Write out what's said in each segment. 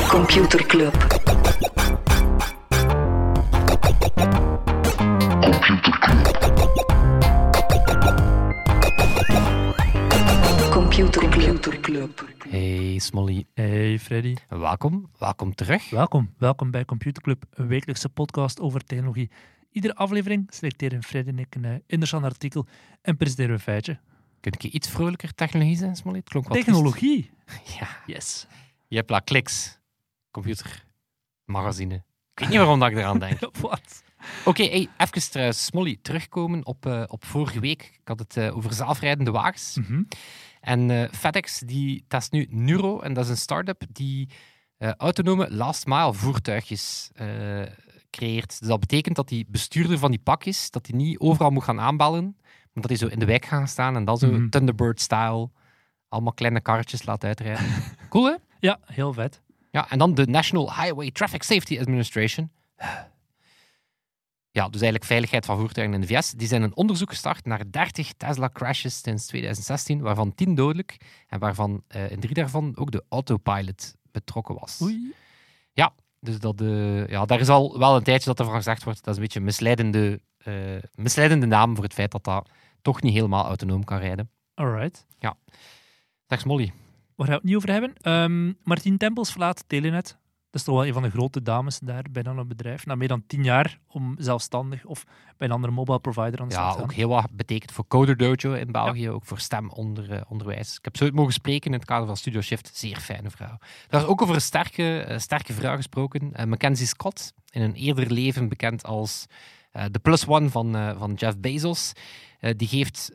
Computer Club. Computer Club. Hey Smolly. Hey Freddy. Welkom terug. Welkom bij Computer Club, een wekelijkse podcast over technologie. Iedere aflevering selecteren Freddy en ik een interessant artikel en presenteren we een feitje. Kun je iets vrolijker technologie zijn, Smolly? Het klonk wat Technologie? triest. Ja. Yes. Je hebt la kliks. Computer. Magazine. Ik weet niet waarom dat ik eraan denk. Wat? Oké, hey, even trouwens, Smolly, terugkomen op vorige week. Ik had het over zelfrijdende wagens. Mm-hmm. En FedEx die test nu Nuro, en dat is een start-up die autonome last mile voertuigjes creëert. Dus dat betekent dat die bestuurder van die pakjes, dat hij niet overal moet gaan aanbellen, maar dat hij zo in de wijk gaat staan en dan zo Thunderbird-style allemaal kleine karretjes laat uitrijden. Cool, hè? Ja, heel vet. Ja, en dan de National Highway Traffic Safety Administration. Ja, dus eigenlijk veiligheid van voertuigen in de VS. Die zijn een onderzoek gestart naar 30 Tesla-crashes sinds 2016, waarvan 10 dodelijk en waarvan in 3 daarvan ook de autopilot betrokken was. Oei. Ja, dus daar is al wel een tijdje dat er van gezegd wordt. Dat is een beetje een misleidende naam voor het feit dat dat toch niet helemaal autonoom kan rijden. Alright. Zeg Smolly. Waar gaan we het niet over hebben? Martien Tempels verlaat Telenet. Dat is toch wel een van de grote dames daar bij een bedrijf. Na meer dan 10 jaar om zelfstandig of bij een andere mobile provider aan de slag Ja, te gaan. ook heel wat betekent voor Coder Dojo in België, ook voor stemonderwijs. Ik heb zo mogen spreken in het kader van Studio Shift. Zeer fijne vrouw. Daar is ook over een sterke vrouw gesproken. Mackenzie Scott, in een eerder leven bekend als de plus one van Jeff Bezos. Die geeft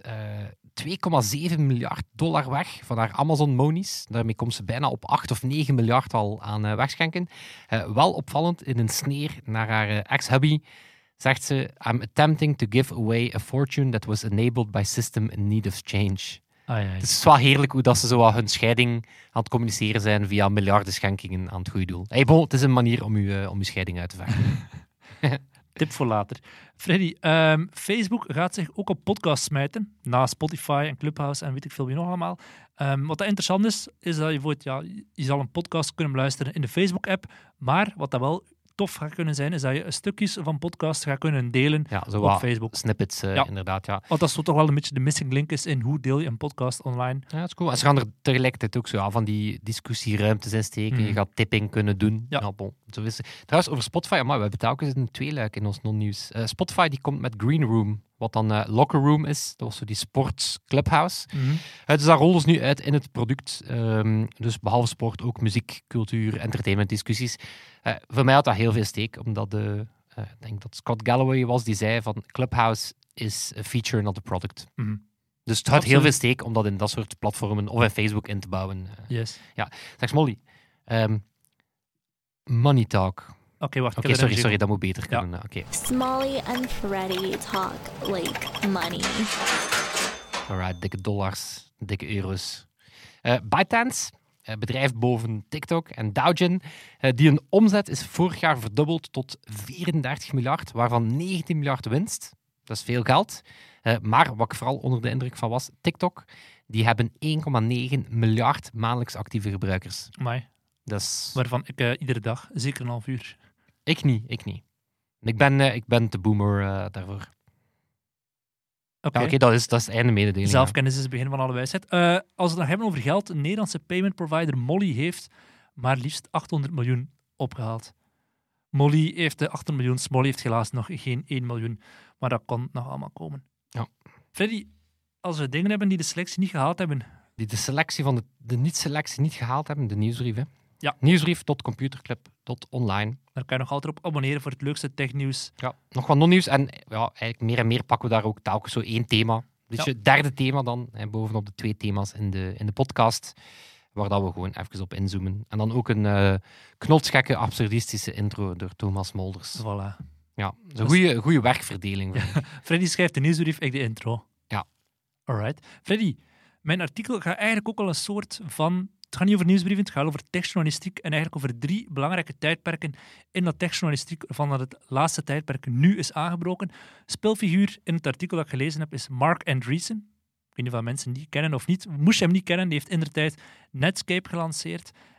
2,7 miljard dollar weg van haar Amazon monies. Daarmee komt ze bijna op 8 of 9 miljard al aan wegschenken. Wel opvallend, in een sneer naar haar ex-hubby zegt ze: I'm attempting to give away a fortune that was enabled by system in need of change. Het is wel heerlijk hoe dat ze zo hun scheiding aan het communiceren zijn via miljarden schenkingen aan het goede doel. Hey, bon, het is een manier om uw scheiding uit te vechten. Tip voor later. Freddy, Facebook gaat zich ook op podcasts smijten. Na Spotify en Clubhouse en weet ik veel wie nog allemaal. Wat dat interessant is dat je bijvoorbeeld, je zal een podcast kunnen beluisteren in de Facebook-app. Maar wat dat wel tof gaat kunnen zijn, is dat je stukjes van podcasts gaat kunnen delen Ja, zo op wat Facebook. snippets, Ja. inderdaad. Ja. Want dat is toch wel een beetje de missing link is in hoe deel je een podcast online. Ja, dat is cool. En ze gaan er tegelijkertijd ook zo van die discussieruimtes in steken. Je gaat tipping kunnen doen. Ja. Nou, bon, zo is het. Trouwens, over Spotify, maar we hebben telkens een tweeluik in ons non-nieuws. Spotify die komt met Green Room, wat dan Locker Room is. Dat was zo die sports clubhouse. Dus dat rollen ze nu uit in het product. Dus behalve sport ook muziek, cultuur, entertainment, discussies. Voor mij had dat heel veel steek, omdat ik denk dat Scott Galloway was die zei van Clubhouse is a feature, not a product. Dus het houdt heel veel steek om dat in dat soort platformen of in Facebook in te bouwen. Yes. Zeg Smolly, Money Talk. Oké, wacht. Oké, sorry, dat moet beter kunnen. Oké. Smolly and Freddy talk like money. Alright, dikke dollars, dikke euro's. ByteDance, bedrijf boven TikTok en Doujin, die een omzet is vorig jaar verdubbeld tot 34 miljard, waarvan 19 miljard winst. Dat is veel geld. Maar wat ik vooral onder de indruk van was, TikTok, die hebben 1,9 miljard maandelijks actieve gebruikers. Amai. Dat is... Waarvan ik iedere dag, zeker een half uur. Ik niet. Ik ben te boomer daarvoor. Oké. Dat is het einde mededeling. Zelfkennis is het begin van alle wijsheid. Als we het nog hebben over geld, een Nederlandse payment provider Molly heeft maar liefst 800 miljoen opgehaald. Molly heeft de 800 miljoen, Smolly heeft helaas nog geen 1 miljoen. Maar dat kan nog allemaal komen. Ja. Freddy, als we dingen hebben die de selectie niet gehaald hebben... Die de selectie van de niet-selectie niet gehaald hebben, de nieuwsbrief. Hè? Ja. Nieuwsbrief.computerclub.online. Daar kan je nog altijd op abonneren voor het leukste technieuws. Ja, nog wat non-nieuws. En ja, eigenlijk meer en meer pakken we daar ook telkens zo 1 thema. Dus het derde thema dan, en bovenop de 2 thema's in de podcast, waar dat we gewoon even op inzoomen. En dan ook een knotsgekke, absurdistische intro door Thomas Molders. Voilà. Ja, dat is een goede werkverdeling. Freddy schrijft de nieuwsbrief, ik de intro. Ja. Alright. Freddy, mijn artikel gaat eigenlijk ook al een soort van... Het gaat niet over nieuwsbrieven, het gaat over tekstjournalistiek en eigenlijk over 3 belangrijke tijdperken in dat tekstjournalistiek van dat het laatste tijdperk nu is aangebroken. Speelfiguur in het artikel dat ik gelezen heb is Mark Andreessen. Ik weet niet of mensen die kennen of niet. Moest je hem niet kennen, die heeft indertijd Netscape gelanceerd.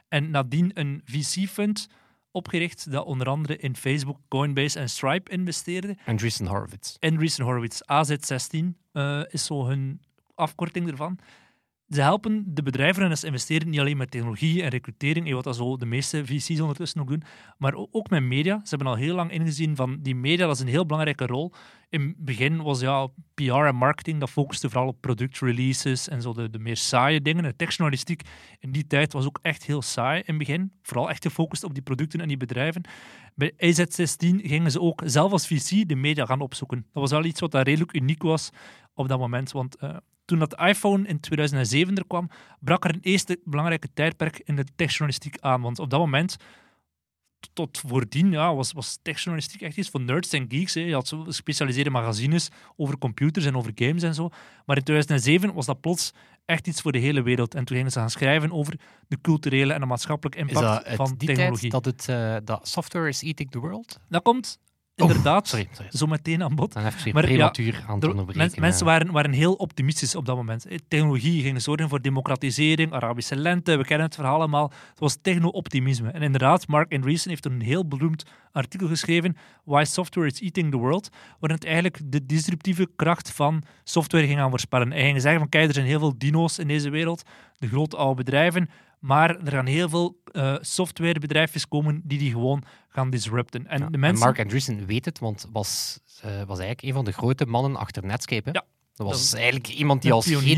En nadien een VC-fund opgericht dat onder andere in Facebook, Coinbase en Stripe investeerde. Andreessen Horowitz. Andreessen Horowitz, AZ16 is zo hun afkorting ervan. Ze helpen de bedrijfsrunners investeren niet alleen met technologie en recrutering, wat dat zo de meeste VC's ondertussen ook doen, maar ook met media. Ze hebben al heel lang ingezien van die media, dat is een heel belangrijke rol. In het begin was PR en marketing, dat focuste vooral op productreleases en zo de meer saaie dingen. De techjournalistiek in die tijd was ook echt heel saai in het begin. Vooral echt gefocust op die producten en die bedrijven. Bij AZ16 gingen ze ook zelf als VC de media gaan opzoeken. Dat was al iets wat daar redelijk uniek was op dat moment, want toen dat iPhone in 2007 er kwam, brak er een eerste belangrijke tijdperk in de techjournalistiek aan. Want op dat moment, tot voordien, was techjournalistiek echt iets voor nerds en geeks. Hè. Je had zo gespecialiseerde magazines over computers en over games en zo. Maar in 2007 was dat plots echt iets voor de hele wereld. En toen gingen ze gaan schrijven over de culturele en de maatschappelijke impact van die technologie. tijd dat software is eating the world? Dat komt inderdaad Sorry. zo meteen aan bod. Dan even weer Maar prematuur aan het onderbreken. Mensen waren heel optimistisch op dat moment. Technologie ging zorgen voor democratisering, Arabische lente, we kennen het verhaal allemaal. Het was techno-optimisme. En inderdaad, Mark Andreessen heeft een heel beroemd artikel geschreven, Why Software is Eating the World, waarin het eigenlijk de disruptieve kracht van software ging aan voorspellen. Hij ging zeggen van, kijk, er zijn heel veel dino's in deze wereld, de grote oude bedrijven, maar er gaan heel veel softwarebedrijfjes komen die gewoon gaan disrupten. En de mensen... En Mark Andreessen weet het, want was eigenlijk een van de grote mannen achter Netscape. Hè? Ja. Dat was eigenlijk iemand die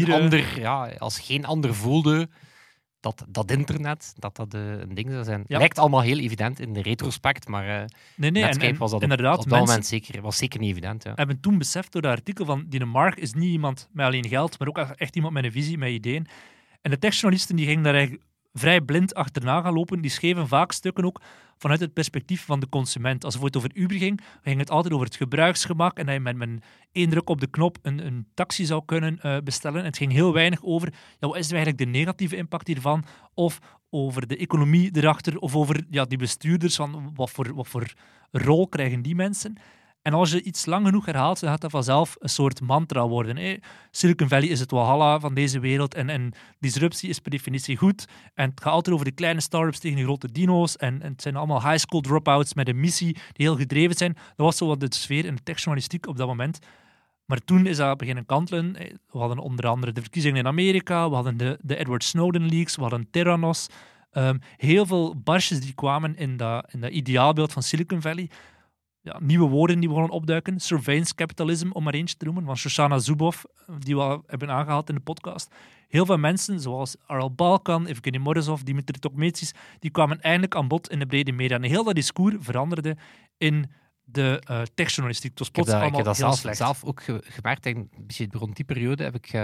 als geen ander voelde dat internet, dat een ding zou zijn. Ja. Lijkt allemaal heel evident in de retrospect, maar Netscape was dat inderdaad, op dat moment zeker niet evident. Ja. Hebben toen beseft door dat artikel van die Mark is niet iemand met alleen geld, maar ook echt iemand met een visie, met ideeën. En de techjournalisten die gingen daar eigenlijk vrij blind achterna gaan lopen. Die schreven vaak stukken ook vanuit het perspectief van de consument. Als het over Uber ging het altijd over het gebruiksgemak en dat je met één druk op de knop een taxi zou kunnen bestellen. En het ging heel weinig over wat is eigenlijk de negatieve impact hiervan, of over de economie erachter, of over die bestuurders, van wat voor rol krijgen die mensen. En als je iets lang genoeg herhaalt, dan gaat dat vanzelf een soort mantra worden. Hè. Silicon Valley is het walhalla van deze wereld en disruptie is per definitie goed. En het gaat altijd over de kleine start-ups tegen de grote dino's. En het zijn allemaal high school dropouts met een missie die heel gedreven zijn. Dat was zo wat de sfeer in de techjournalistiek op dat moment. Maar toen is dat beginnen kantelen. We hadden onder andere de verkiezingen in Amerika, we hadden de Edward Snowden leaks, we hadden Theranos. Heel veel barsjes die kwamen in dat ideaalbeeld van Silicon Valley. Ja, nieuwe woorden die begonnen opduiken. Surveillance capitalism, om maar eentje te noemen, van Shoshana Zuboff, die we hebben aangehaald in de podcast. Heel veel mensen, zoals Aral Balkan, Evgeny Morozov, Dimitri Tokmetsis, die kwamen eindelijk aan bod in de brede media. En heel dat discours veranderde in de techjournalistiek. Het was plots allemaal heel slecht. Ik heb dat zelf ook gemerkt. Een beetje rond die periode heb ik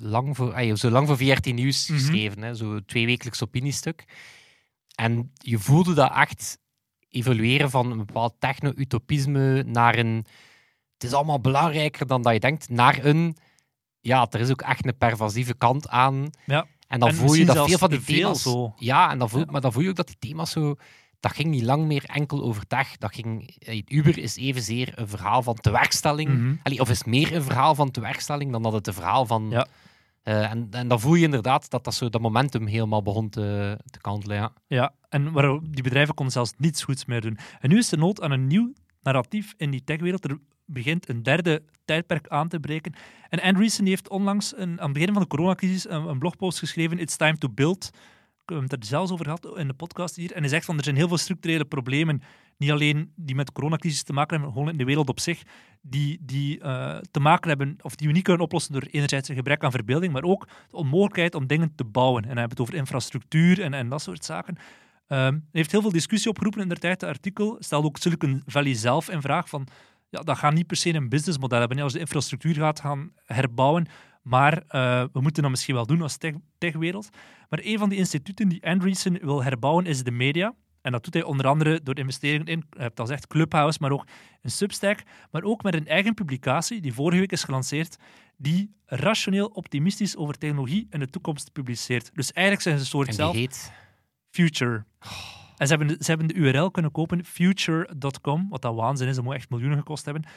zo lang voor VRT Nieuws geschreven. Hè, zo 2-wekelijks opiniestuk. En je voelde dat echt evolueren van een bepaald techno-utopisme naar een... Het is allemaal belangrijker dan dat je denkt, naar een... Ja, er is ook echt een pervasieve kant aan. Ja. En dan voel je dat veel van die thema's... Zo. Ja, maar dan voel je ook dat die thema's zo... Dat ging niet lang meer enkel over tech. Uber is evenzeer een verhaal van tewerkstelling. Of is meer een verhaal van tewerkstelling dan dat het een verhaal van... Ja. En dan voel je inderdaad dat momentum helemaal begon te kantelen. Ja. Ja, en die bedrijven konden zelfs niets goeds meer doen. En nu is er nood aan een nieuw narratief in die techwereld. Er begint een derde tijdperk aan te breken. En Andreessen heeft onlangs aan het begin van de coronacrisis een blogpost geschreven, It's Time to Build. We hebben het er zelfs over gehad in de podcast hier. En hij zegt van er zijn heel veel structurele problemen, niet alleen die met de coronacrisis te maken hebben, gewoon in de wereld op zich, die te maken hebben, of die we niet kunnen oplossen door enerzijds een gebrek aan verbeelding, maar ook de onmogelijkheid om dingen te bouwen. En hij heeft het over infrastructuur en dat soort zaken. Hij heeft heel veel discussie opgeroepen in de tijd. Het artikel stelt ook Silicon Valley zelf in vraag van, ja, dat gaat niet per se een businessmodel hebben. Als de infrastructuur gaat gaan herbouwen, maar we moeten dat misschien wel doen als techwereld. Maar een van die instituten die Andreessen wil herbouwen is de media. En dat doet hij onder andere door investeringen in, je hebt al gezegd, Clubhouse, maar ook een Substack. Maar ook met een eigen publicatie, die vorige week is gelanceerd, die rationeel optimistisch over technologie en de toekomst publiceert. Dus eigenlijk zijn ze een soort En zelf... die heet... Future. En ze hebben de URL kunnen kopen, future.com, wat dat waanzin is, dat moet echt miljoenen gekost hebben.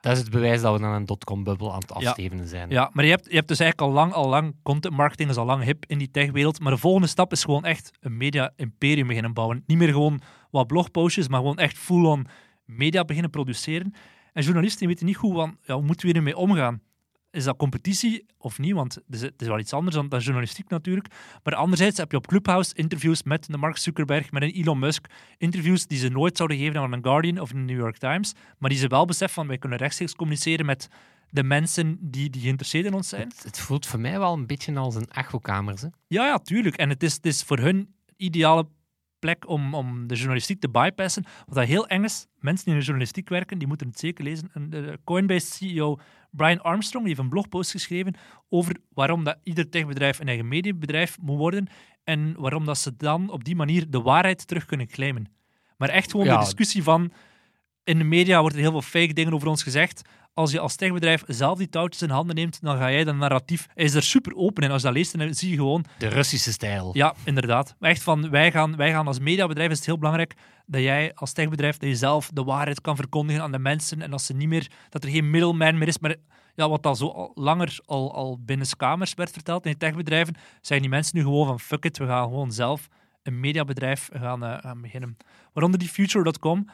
Dat is het bewijs dat we aan een dotcom-bubbel aan het afstevenen zijn. Ja, maar je hebt dus eigenlijk al lang content marketing is al lang hip in die techwereld. Maar de volgende stap is gewoon echt een media-imperium beginnen bouwen. Niet meer gewoon wat blogpostjes, maar gewoon echt full-on media beginnen produceren. En journalisten weten niet goed van, hoe moeten we hiermee omgaan? Is dat competitie of niet? Want het is wel iets anders dan journalistiek natuurlijk. Maar anderzijds heb je op Clubhouse interviews met een Mark Zuckerberg, met een Elon Musk. Interviews die ze nooit zouden geven aan een Guardian of een New York Times. Maar die ze wel beseffen van, wij kunnen rechtstreeks communiceren met de mensen die geïnteresseerd in ons zijn. Het voelt voor mij wel een beetje als een echokamer. Hè? Ja, tuurlijk. En het is voor hun ideale plek om de journalistiek te bypassen. Wat dat heel eng is, mensen die in de journalistiek werken, die moeten het zeker lezen. De Coinbase-CEO Brian Armstrong die heeft een blogpost geschreven over waarom dat ieder techbedrijf een eigen mediabedrijf moet worden en waarom dat ze dan op die manier de waarheid terug kunnen claimen. Maar echt gewoon de discussie van in de media wordt er heel veel fake dingen over ons gezegd. Als je als techbedrijf zelf die touwtjes in handen neemt, dan ga jij dat narratief... Hij is er super open in. Als je dat leest, dan zie je gewoon... De Russische stijl. Ja, inderdaad. Echt van, wij gaan als mediabedrijf, is het heel belangrijk dat jij als techbedrijf, dat je zelf de waarheid kan verkondigen aan de mensen en dat er geen middleman meer is. Maar ja, wat al zo langer al binnenskamers werd verteld in die techbedrijven, zijn die mensen nu gewoon van fuck it, we gaan gewoon zelf een mediabedrijf gaan beginnen. Waaronder die Future.com...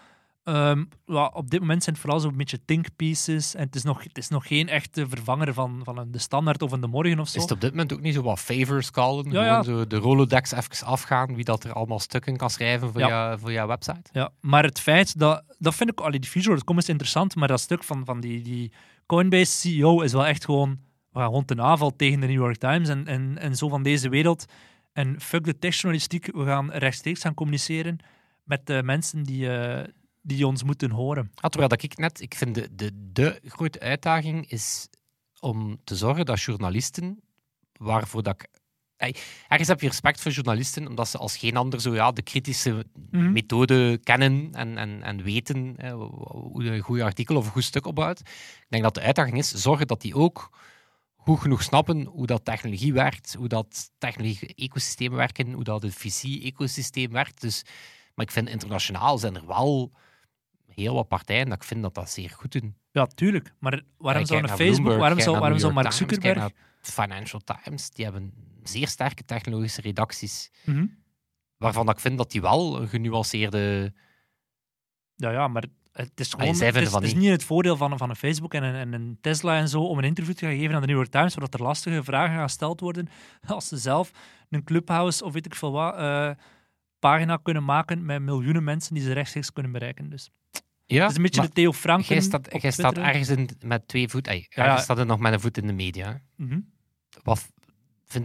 op dit moment zijn het vooral zo'n beetje thinkpieces en het is nog geen echte vervanger van de Standaard of een De Morgen of zo. Is het op dit moment ook niet zo wat favors callen? Ja. Gewoon zo de Rolodex even afgaan, wie dat er allemaal stukken kan schrijven voor jouw website? Ja, maar het feit, dat vind ik... Die Future.com is interessant, maar dat stuk van die Coinbase-CEO is wel echt gewoon... We gaan gewoon ten aanval tegen de New York Times en zo van deze wereld. En fuck de techjournalistiek, we gaan rechtstreeks gaan communiceren met de mensen die ons moeten horen. Terwijl ik vind de grote uitdaging is om te zorgen dat journalisten, waarvoor dat ik... Ergens heb je respect voor journalisten, omdat ze als geen ander zo de kritische methode kennen en weten hoe je een goed artikel of een goed stuk opbouwt. Ik denk dat de uitdaging is zorgen dat die ook goed genoeg snappen hoe dat technologie werkt, hoe dat technologie-ecosystemen werken, hoe dat het VC-ecosysteem werkt. Dus, maar ik vind internationaal zijn er wel heel wat partijen dat ik vind dat zeer goed doen. Ja, tuurlijk. Maar waarom zou een Facebook, waarom zou Mark Zuckerberg... Kijk naar Financial Times, die hebben zeer sterke technologische redacties, waarvan dat ik vind dat die wel een genuanceerde... Ja, maar het is gewoon... Het is niet het voordeel van een Facebook en een Tesla en zo om een interview te gaan geven aan de New York Times, zodat er lastige vragen gaan gesteld worden als ze zelf een Clubhouse of weet ik veel wat pagina kunnen maken met miljoenen mensen die ze rechtstreeks kunnen bereiken. Dus... Ja, het is een beetje de Theo Franken. Jij staat ergens met twee voeten. Ergens staat er nog met een voet in de media. Wat vind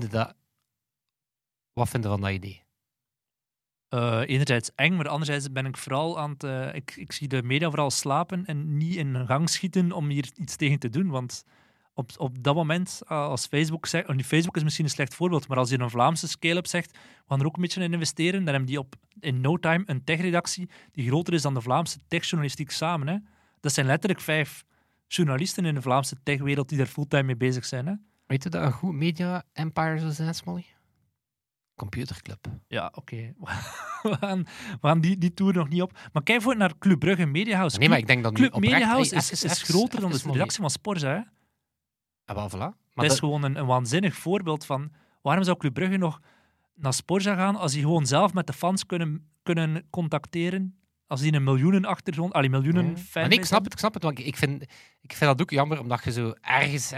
je van dat idee? Enerzijds eng, maar anderzijds ben ik vooral aan het... Ik zie de media vooral slapen en niet in gang schieten om hier iets tegen te doen. Want op dat moment, als Facebook zegt... Facebook is misschien een slecht voorbeeld, maar als je een Vlaamse scale-up zegt, we gaan er ook een beetje in investeren, dan hebben die in no time een techredactie die groter is dan de Vlaamse techjournalistiek samen. Hè. Dat zijn letterlijk 5 journalisten in de Vlaamse techwereld die daar fulltime mee bezig zijn. Hè. Weet je dat een goed media-empire zou zijn, Smolly? Computerclub. Ja, oké. We gaan die tour nog niet op. Maar kijk voor naar Club Brugge Mediahouse. Nee, maar ik denk dat Club nu Mediahouse is groter dan de redactie van Sporza. Hè? Wel, voilà. Maar dat is gewoon een waanzinnig voorbeeld van waarom zou Club Brugge nog naar Sporza gaan als die gewoon zelf met de fans kunnen contacteren, als die een miljoenen achtergrond, miljoenen fans. Nee, ik snap het, want ik vind dat ook jammer, omdat je zo ergens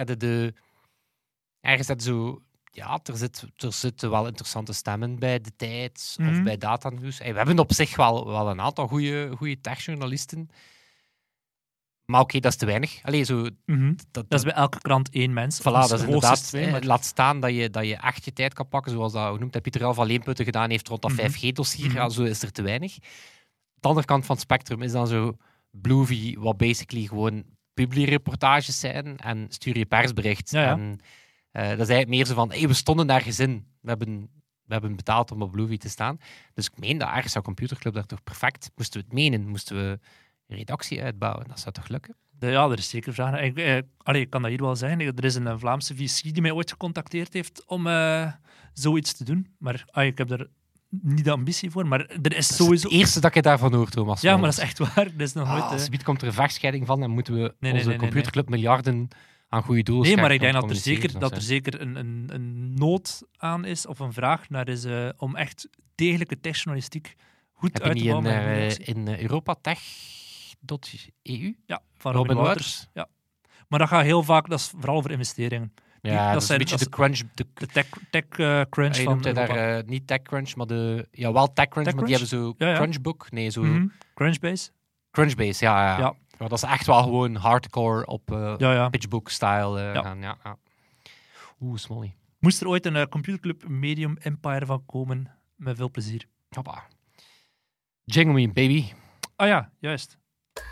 zo... Ja, er zitten wel interessante stemmen bij De Tijd of bij Datanews. We hebben op zich wel een aantal goede techjournalisten. Maar oké, dat is te weinig. Dat is bij elke krant 1 mens. Voilà, dat is inderdaad... 2, maar... Laat staan dat je echt je tijd kan pakken, zoals dat noemt Pieter L. van Leemputten gedaan heeft rond dat 5G-dossier. Ja, zo is er te weinig. De andere kant van het spectrum is dan zo Bluevy, wat basically gewoon publiereportages zijn en stuur je persbericht. Ja. En dat is eigenlijk meer zo van, we stonden nergens in. We hebben betaald om op Bluevy te staan. Dus ik meen dat ergens zou Computerclub daar toch perfect... Moesten we het menen, moesten we een redactie uitbouwen. Dat zou toch lukken? Ja, er is zeker vragen. Ik kan dat hier wel zeggen. Er is een Vlaamse VC die mij ooit gecontacteerd heeft om zoiets te doen. Maar ik heb er niet de ambitie voor, maar er is Dat is sowieso... het eerste dat ik daarvan hoor, Thomas. Ja, maar dat is echt waar. Dat is nog nooit... Zometeen komt er een vechtscheiding van en moeten we Nee, onze nee, computerclub miljarden aan goede doelen Nee, maar ik schenken denk om dat te er zeker, communiceren, dat er zeker een nood aan is, of een vraag naar is, om echt degelijke techjournalistiek goed Heb je uit te niet bouwen. met goede actie. in Europatech.eu? Ja, van Robin Robin Wouters. Ja. Maar dat gaat heel vaak, dat is vooral over investeringen. Ja, dat is een beetje dat de crunch. De tech-crunch Je van noemt hij Europa. daar niet TechCrunch, maar wel TechCrunch, maar die hebben zo Ja, ja. Crunchbook. Nee, zo Mhm. Crunchbase. Crunchbase, ja. Ja. Maar dat is echt wel gewoon hardcore op Ja. pitchbook-style Ja. gaan. Ja. Smolly. Moest er ooit een computerclub Medium Empire van komen, met veel plezier. Hoppa. Jingle me, baby. Ah ja, juist.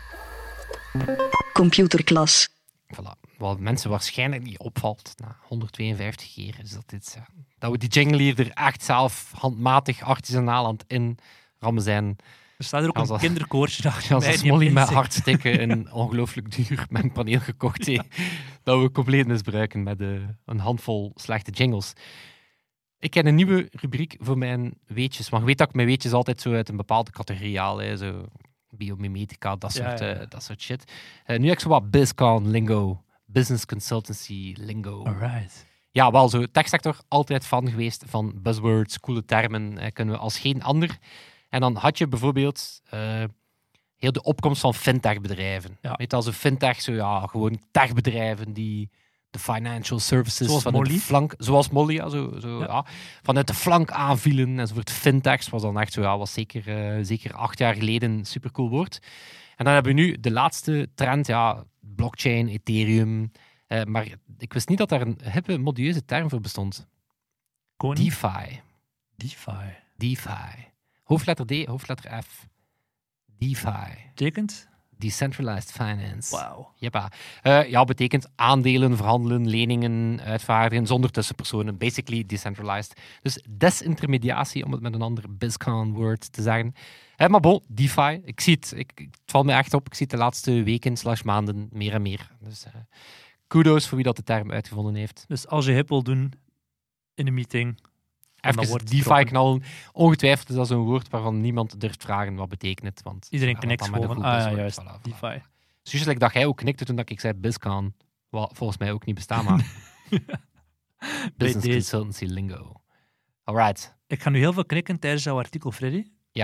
Computerklas. Voilà. Wat mensen waarschijnlijk niet opvalt na 152 keer, is dat we die jingle hier er echt zelf handmatig, artisanaal aan het inrammen zijn. Er staat er ook Als een dat- kinderkoortje achter Als mij. een die Smolly hem met inzingt. hartstikke een ongelooflijk duur mengpaneel gekocht heeft, dat we compleet misbruiken met een handvol slechte jingles. Ik heb een nieuwe rubriek voor mijn weetjes. Maar je weet dat ik mijn weetjes altijd zo uit een bepaalde categorie haal. Hè, zo biomimetica, dat soort shit. Nu heb ik zo wat BizCon lingo. Business consultancy lingo. Alright. Ja, wel zo. Techsector, altijd fan geweest van buzzwords, coole termen. Kunnen we als geen ander. En dan had je bijvoorbeeld heel de opkomst van fintech-bedrijven. Ja. Weet je, als een fintech, gewoon techbedrijven die de financial services Zoals vanuit de Molly? flank, zoals Molly, ja, Ja. vanuit de flank aanvielen enzovoort. Fintechs was dan echt zo, was zeker 8 jaar geleden een supercool woord. En dan hebben we nu de laatste trend, blockchain, Ethereum. Maar ik wist niet dat daar een hippe, modieuze term voor bestond. Koning? DeFi. DeFi. Hoofdletter D, hoofdletter F. DeFi. Betekent? Decentralized Finance. Wauw. Jeppa. Betekent aandelen, verhandelen, leningen, uitvaardigen zonder tussenpersonen. Basically decentralized. Dus desintermediatie, om het met een ander BizCon-woord te zeggen. Maar bon, DeFi. Ik zie het. Het valt me echt op. Ik zie het de laatste weken/maanden meer en meer. Dus kudos voor wie dat de term uitgevonden heeft. Dus als je hip wil doen in een meeting, dan Even wordt DeFi getrokken. knallen. Ongetwijfeld is dat zo'n woord waarvan niemand durft vragen wat betekent het. Want Iedereen ja, knikt dat dan met gewoon. een goed Ah ja, buzzword. juist. Voilà, voilà. DeFi. Dus juist dat jij ook knikte toen ik zei BizCon, wat volgens mij ook niet bestaat, maar Business deze. Consultancy Lingo. Alright. Ik ga nu heel veel knikken tijdens jouw artikel, Freddy.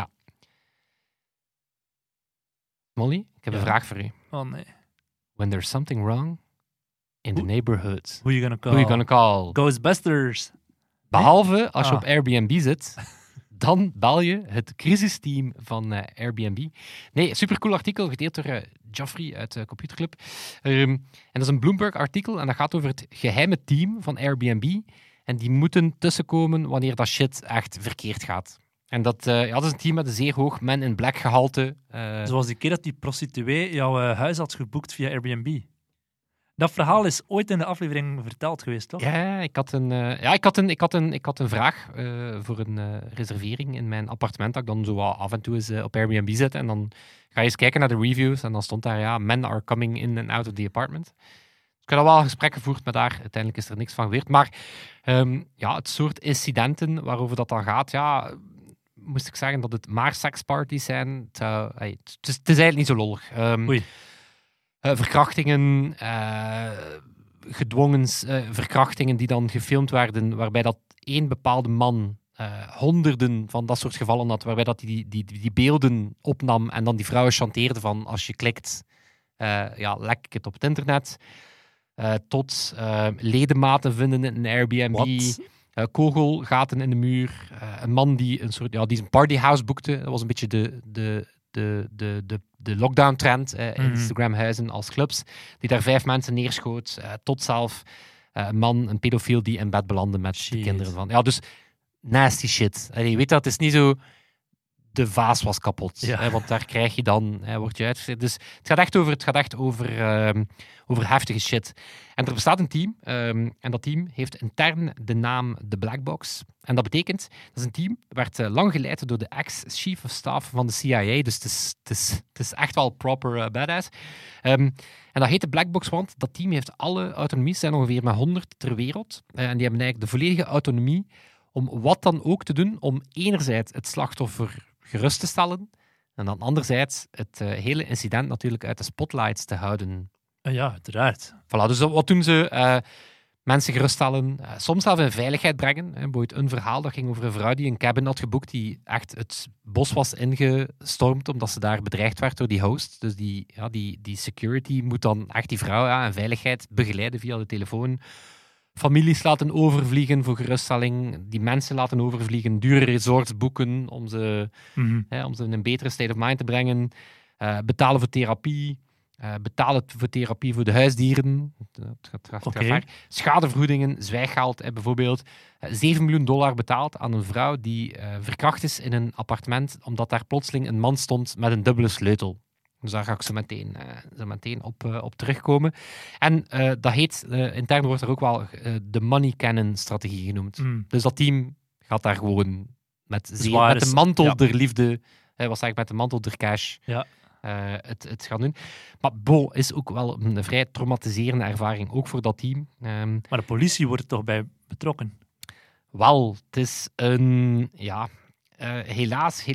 Molly, ik heb Ja. een vraag voor u. Oh nee. When there's something wrong in the Hoe- neighborhood, Who you gonna call? who you gonna call? Ghostbusters. Behalve als je Ah. op Airbnb zit, dan bel je het crisisteam van Airbnb. Nee, supercool artikel, gedeeld door Geoffrey uit de Computerclub. En dat is een Bloomberg-artikel en dat gaat over het geheime team van Airbnb. En die moeten tussenkomen wanneer dat shit echt verkeerd gaat. En dat is een team met een zeer hoog Men in Black gehalte. Zoals die keer dat die prostituee jouw huis had geboekt via Airbnb. Dat verhaal is ooit in de aflevering verteld geweest, toch? Ja, ik had een vraag voor een reservering in mijn appartement, dat ik dan zo wat af en toe eens op Airbnb zet. En dan ga je eens kijken naar de reviews en dan stond daar, men are coming in and out of the apartment. Dus ik heb al wel een gesprek gevoerd met haar. Uiteindelijk is er niks van gebeurd. Maar het soort incidenten waarover dat dan gaat, moest ik zeggen dat het maar seksparties zijn. Het is eigenlijk niet zo lollig. Oei. Verkrachtingen, gedwongen verkrachtingen die dan gefilmd werden, waarbij dat één bepaalde man honderden van dat soort gevallen had, waarbij dat die beelden opnam en dan die vrouwen chanteerde van als je klikt, lek ik het op het internet. Tot ledematen vinden in een Airbnb. Wat? Kogelgaten in de muur. Een man die die een partyhouse boekte. Dat was een beetje de lockdown-trend. Instagram-huizen als clubs. Die daar 5 mensen neerschoot. Tot zelf een man, een pedofiel, die in bed belandde met de Shit. kinderen van. Ja, dus nasty shit. Je weet dat, het is niet zo... De vaas was kapot. Ja. Want daar krijg je dan... word je uitgezet. Dus het gaat echt over heftige shit. En er bestaat een team. En dat team heeft intern de naam The Black Box. En dat betekent... Dat is een team, werd lang geleid door de ex-chief of staff van de CIA. Dus het is echt wel proper badass. En dat heet de Black Box, want dat team heeft alle autonomie. Ze zijn ongeveer maar 100 ter wereld. En die hebben eigenlijk de volledige autonomie om wat dan ook te doen om enerzijds het slachtoffer gerust te stellen en dan anderzijds het hele incident natuurlijk uit de spotlights te houden. Ja, uiteraard. Voilà, dus wat doen ze? Mensen geruststellen, soms zelfs in veiligheid brengen. Bijvoorbeeld een verhaal dat ging over een vrouw die een cabin had geboekt die echt het bos was ingestormd omdat ze daar bedreigd werd door die host. Dus die security moet dan echt die vrouw in veiligheid begeleiden via de telefoon. Families laten overvliegen voor geruststelling. Die mensen laten overvliegen. Dure resorts boeken om ze in een betere state of mind te brengen. Betalen voor therapie. Betalen voor therapie voor de huisdieren. Dat gaat ver. Schadevergoedingen, zwijggeld. Bijvoorbeeld $7 miljoen betaald aan een vrouw die verkracht is in een appartement omdat daar plotseling een man stond met een dubbele sleutel. Dus daar ga ik zo meteen op terugkomen. En dat heet, intern wordt er ook wel de money cannon strategie genoemd. Dus dat team gaat daar gewoon met de mantel der liefde, met de mantel der cash, het gaan doen. Maar is ook wel een vrij traumatiserende ervaring, ook voor dat team. Maar de politie wordt er toch bij betrokken? Wel, het is een... helaas.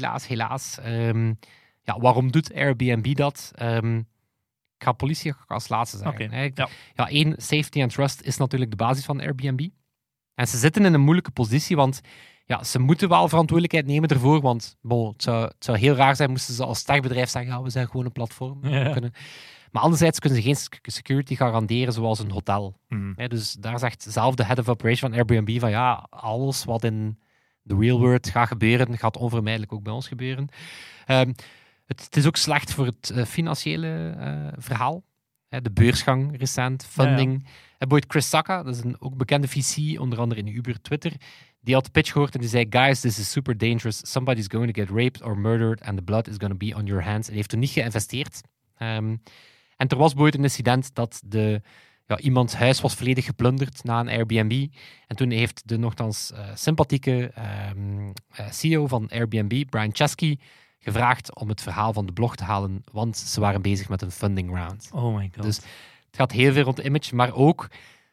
Waarom doet Airbnb dat? Ik ga politie als laatste zeggen. Één, safety and trust is natuurlijk de basis van Airbnb. En ze zitten in een moeilijke positie, want ze moeten wel verantwoordelijkheid nemen ervoor, want het zou heel raar zijn moesten ze als techbedrijf zeggen, we zijn gewoon een platform. Maar anderzijds kunnen ze geen security garanderen zoals een hotel. Dus daar zegt zelf de head of operation van Airbnb van alles wat in de real world gaat gebeuren, gaat onvermijdelijk ook bij ons gebeuren. Het is ook slecht voor het financiële verhaal. De beursgang recent, funding. Chris Sacca, dat is een ook bekende VC, onder andere in Uber, Twitter, die had de pitch gehoord en die zei, guys, this is super dangerous. Somebody's going to get raped or murdered and the blood is going to be on your hands. En heeft toen niet geïnvesteerd. En er was ooit een incident dat iemands huis was volledig geplunderd na een Airbnb. En toen heeft de nogthans sympathieke CEO van Airbnb, Brian Chesky, gevraagd om het verhaal van de blog te halen, want ze waren bezig met een funding round. Oh my god. Dus het gaat heel veel rond de image, maar ook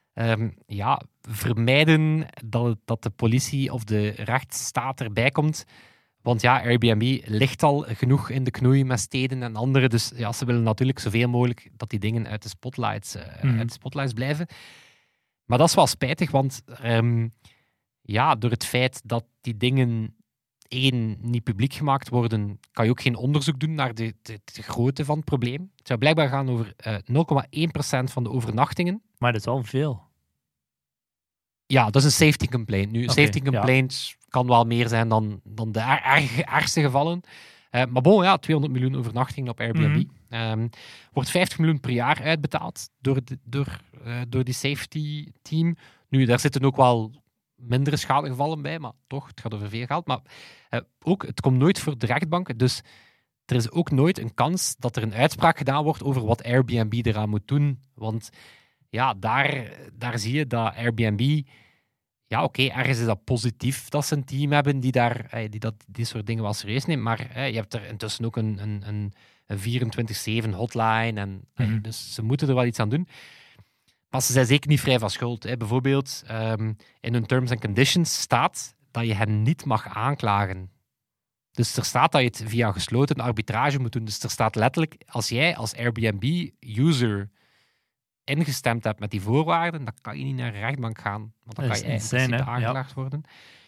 vermijden dat de politie of de rechtsstaat erbij komt. Want Airbnb ligt al genoeg in de knoei met steden en anderen. Dus ze willen natuurlijk zoveel mogelijk dat die dingen uit de spotlights blijven. Maar dat is wel spijtig, want door het feit dat die dingen niet publiek gemaakt worden, kan je ook geen onderzoek doen naar de grootte van het probleem. Het zou blijkbaar gaan over 0,1% van de overnachtingen. Maar dat is al veel. Ja, dat is een safety complaint. Nu, een safety complaint kan wel meer zijn dan de ergste gevallen. Maar 200 miljoen overnachtingen op Airbnb. Wordt 50 miljoen per jaar uitbetaald door die safety team. Nu, daar zitten ook wel mindere schadegevallen bij, maar toch, het gaat over veel geld. Maar ook, het komt nooit voor de rechtbank, dus er is ook nooit een kans dat er een uitspraak gedaan wordt over wat Airbnb eraan moet doen. Want daar zie je dat Airbnb... ergens is dat positief dat ze een team hebben die soort dingen wel serieus neemt, maar je hebt er intussen ook een 24/7 hotline, en dus ze moeten er wel iets aan doen. Maar ze zijn zeker niet vrij van schuld. Bijvoorbeeld, in hun terms and conditions staat dat je hen niet mag aanklagen. Dus er staat dat je het via een gesloten arbitrage moet doen. Dus er staat letterlijk, als jij als Airbnb-user ingestemd hebt met die voorwaarden, dan kan je niet naar een rechtbank gaan. Want dan kan je eigenlijk aangeklaagd worden.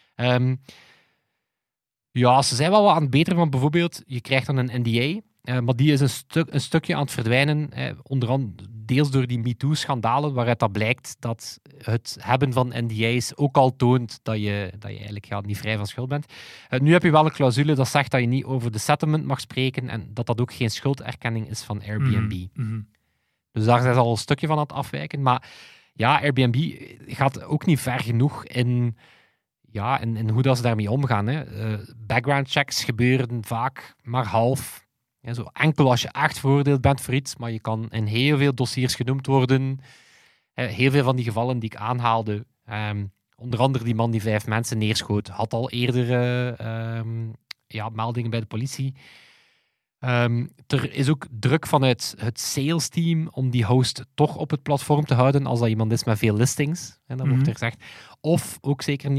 Ze zijn wel wat aan het beteren, want bijvoorbeeld, je krijgt dan een NDA, maar die is een stukje aan het verdwijnen, onder andere deels door die MeToo-schandalen, waaruit dat blijkt dat het hebben van NDA's ook al toont dat je eigenlijk niet vrij van schuld bent. Nu heb je wel een clausule dat zegt dat je niet over de settlement mag spreken en dat ook geen schulderkenning is van Airbnb. Dus daar zijn ze al een stukje van aan het afwijken. Maar Airbnb gaat ook niet ver genoeg in hoe dat ze daarmee omgaan. Background checks gebeuren vaak maar half. Zo enkel als je echt veroordeeld bent voor iets, maar je kan in heel veel dossiers genoemd worden. Heel veel van die gevallen die ik aanhaalde, onder andere die man die 5 mensen neerschoot, had al eerder meldingen bij de politie. Er is ook druk vanuit het sales team om die host toch op het platform te houden als dat iemand is met veel listings. En dan wordt er gezegd. Of, ook zeker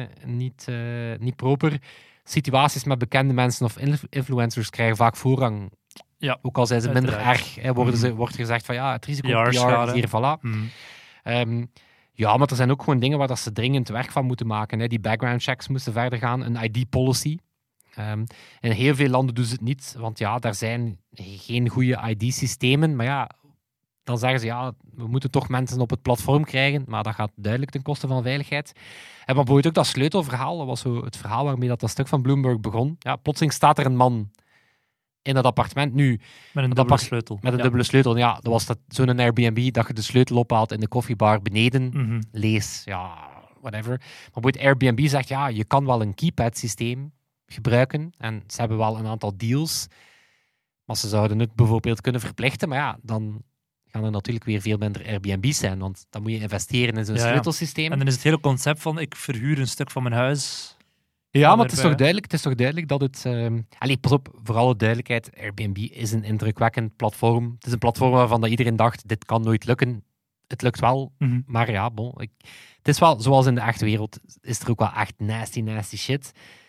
niet proper, situaties met bekende mensen of influencers krijgen vaak voorrang. Ja, ook al zijn ze minder uiteraard. erg. Wordt gezegd van ja, het risico op PR PR-schade. is hier, voilà. Ja, maar er zijn ook gewoon dingen waar dat ze dringend werk van moeten maken. Hè. Die background checks moesten verder gaan, een ID-policy. In heel veel landen doen ze het niet, want ja, daar zijn geen goede ID-systemen. Maar ja, dan zeggen ze ja, we moeten toch mensen op het platform krijgen, maar dat gaat duidelijk ten koste van veiligheid. En bijvoorbeeld ook dat sleutelverhaal, dat was zo het verhaal waarmee dat stuk van Bloomberg begon. Ja, plotseling staat er een man in dat appartement nu. Met een dubbele sleutel. Met een dubbele sleutel. Ja, dat was zo'n Airbnb dat je de sleutel ophaalt in de koffiebar beneden. Lees, ja, whatever. Maar bijvoorbeeld Airbnb zegt, ja, je kan wel een keypad-systeem gebruiken. En ze hebben wel een aantal deals. Maar ze zouden het bijvoorbeeld kunnen verplichten. Maar ja, dan gaan er natuurlijk weer veel minder Airbnb's zijn. Want dan moet je investeren in zo'n sleutelsysteem. En dan is het hele concept van, ik verhuur een stuk van mijn huis. Ja, maar het is toch duidelijk dat het... pas op, voor alle duidelijkheid, Airbnb is een indrukwekkend platform. Het is een platform waarvan dat iedereen dacht, dit kan nooit lukken. Het lukt wel, maar ja, het is wel, zoals in de echte wereld, is er ook wel echt nasty shit.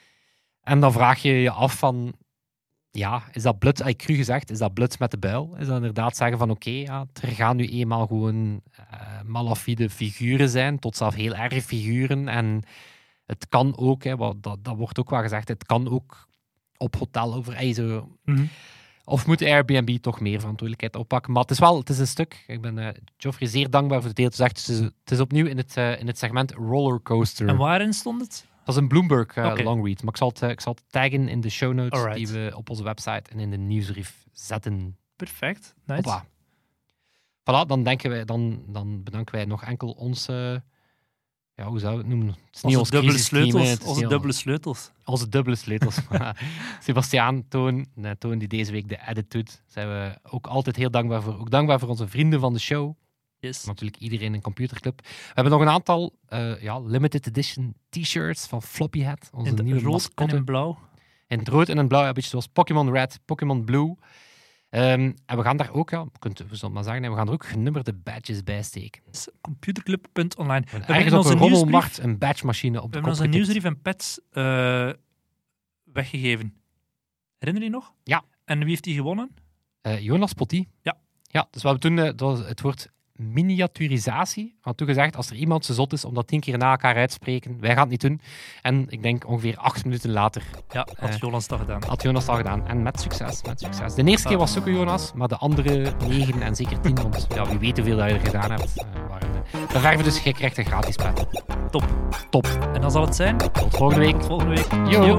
En dan vraag je je af van, ja, is dat blut, cru gezegd, is dat blut met de buil? Is dat inderdaad zeggen van, oké, er gaan nu eenmaal gewoon malafide figuren zijn, tot zelfs heel erg figuren, en het kan ook, dat wordt ook wel gezegd, het kan ook op hotel over zo. Of moet Airbnb toch meer verantwoordelijkheid oppakken? Maar het is een stuk. Ik ben Geoffrey zeer dankbaar voor het deel te zeggen. Het is opnieuw in het segment rollercoaster. En waarin stond het? Dat is een Bloomberg longread. Maar ik zal het taggen in de show notes die we op onze website en in de nieuwsbrief zetten. Perfect. Nice. Hoppa. Voilà, dan bedanken wij nog enkel onze... Ja, hoe zou je het noemen? Het is niet ons dubbele sleutels. Onze dubbele sleutels. Sebastiaan, Toon, die deze week de edit doet, zijn we ook altijd heel dankbaar voor. Ook dankbaar voor onze vrienden van de show. Yes. Natuurlijk iedereen in een computerclub. We hebben nog een aantal limited edition t-shirts van Floppy Hat. Onze in nieuwe rood mascotte. en in blauw. In het rood en in het blauw, een beetje zoals Pokémon Red, Pokémon Blue. En we gaan daar ook, we zullen maar zeggen, we gaan er ook genummerde badges bij steken. Computerclub.online. We hebben op een rommelmarkt een badgemachine op de kop We hebben onze nieuwsbrief en pets weggegeven. Herinner je nog? Ja. En wie heeft die gewonnen? Jonas Potty. Ja. Ja, dus we hebben toen het woord miniaturisatie. We hadden toen gezegd, als er iemand zo zot is om dat 10 keer na elkaar uit te spreken, wij gaan het niet doen. En ik denk ongeveer 8 minuten later had Jonas dat gedaan. Had Jonas dat gedaan. En met succes. De eerste keer was het ook Jonas, maar de andere 9 en zeker 10, want wie weet hoeveel dat je er gedaan hebt, waren de verven, dus je krijgt een gratis pet. Top. En dan zal het zijn. Tot volgende week. Yo.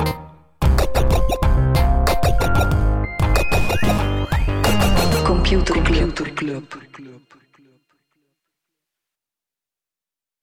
Computer Club.